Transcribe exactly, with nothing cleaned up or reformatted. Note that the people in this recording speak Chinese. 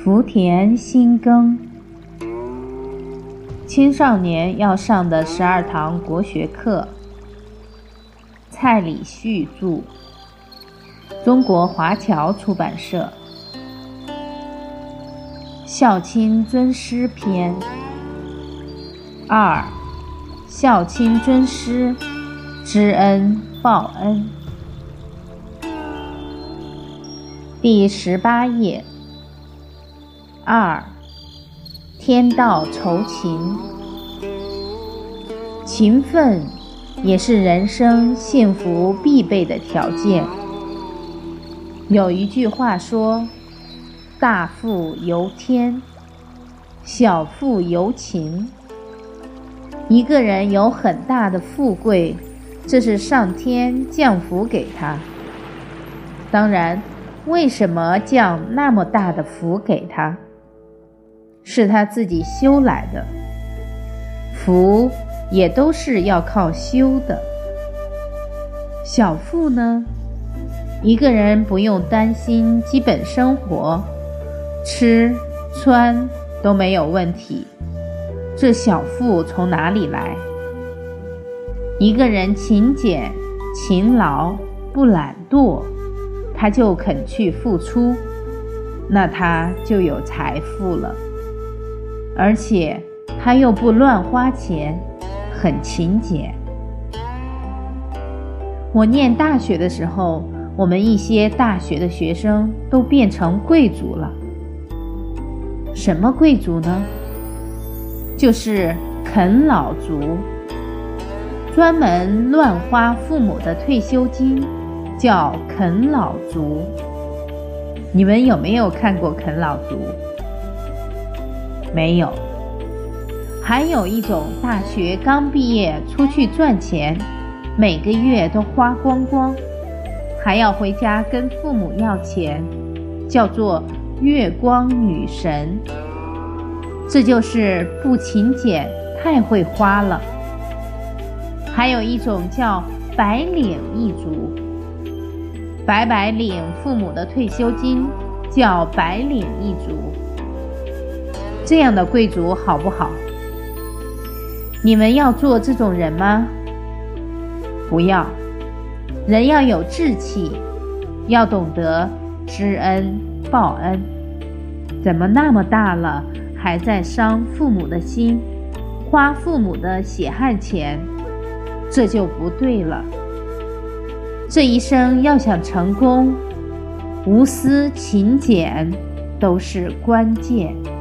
福田新耕，青少年要上的十二堂国学课，蔡礼旭著，中国华侨出版社。孝亲尊师篇二，孝亲尊师，知恩报恩。第十八页。二，天道酬勤。勤奋也是人生幸福必备的条件。有一句话说，大富由天，小富由勤。一个人有很大的富贵，这是上天降福给他。当然，为什么降那么大的福给他？是他自己修来的，福也都是要靠修的。小富呢，一个人不用担心基本生活，吃穿都没有问题，这小富从哪里来？一个人勤俭、勤劳、不懒惰，他就肯去付出，那他就有财富了。而且他又不乱花钱，很勤俭。我念大学的时候，我们一些大学的学生都变成贵族了。什么贵族呢？就是啃老族，专门乱花父母的退休金，叫啃老族。你们有没有看过啃老族？没有。还有一种大学刚毕业出去赚钱，每个月都花光光，还要回家跟父母要钱，叫做月光女神。这就是不勤俭，太会花了。还有一种叫白领一族，白白领父母的退休金，叫白领一族。这样的贵族好不好？你们要做这种人吗？不要。人要有志气，要懂得知恩报恩。怎么那么大了，还在伤父母的心，花父母的血汗钱？这就不对了。这一生要想成功，无私勤俭都是关键。